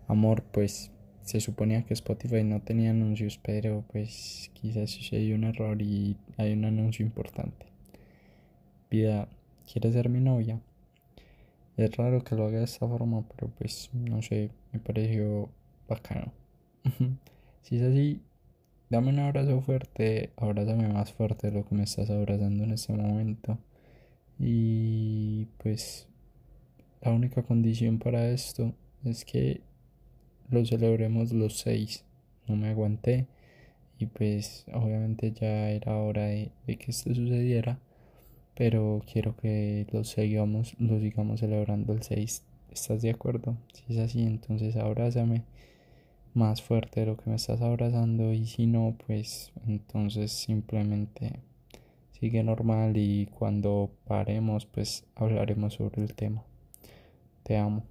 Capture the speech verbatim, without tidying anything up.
Amor, pues se suponía que Spotify no tenía anuncios, pero pues quizás sucedió un error y hay un anuncio importante. Vida, ¿quieres ser mi novia? Es raro que lo haga de esta forma, pero pues no sé, me pareció bacano. Si es así, dame un abrazo fuerte, abrázame más fuerte de lo que me estás abrazando en este momento. Y pues la única condición para esto es que lo celebremos los seis. No me aguanté y pues obviamente ya era hora de, de que esto sucediera, pero quiero que lo sigamos, lo sigamos celebrando el seis. ¿Estás de acuerdo? Si es así, entonces abrázame más fuerte de lo que me estás abrazando, y si no, pues entonces simplemente sigue normal y cuando paremos pues hablaremos sobre el tema. Te amo.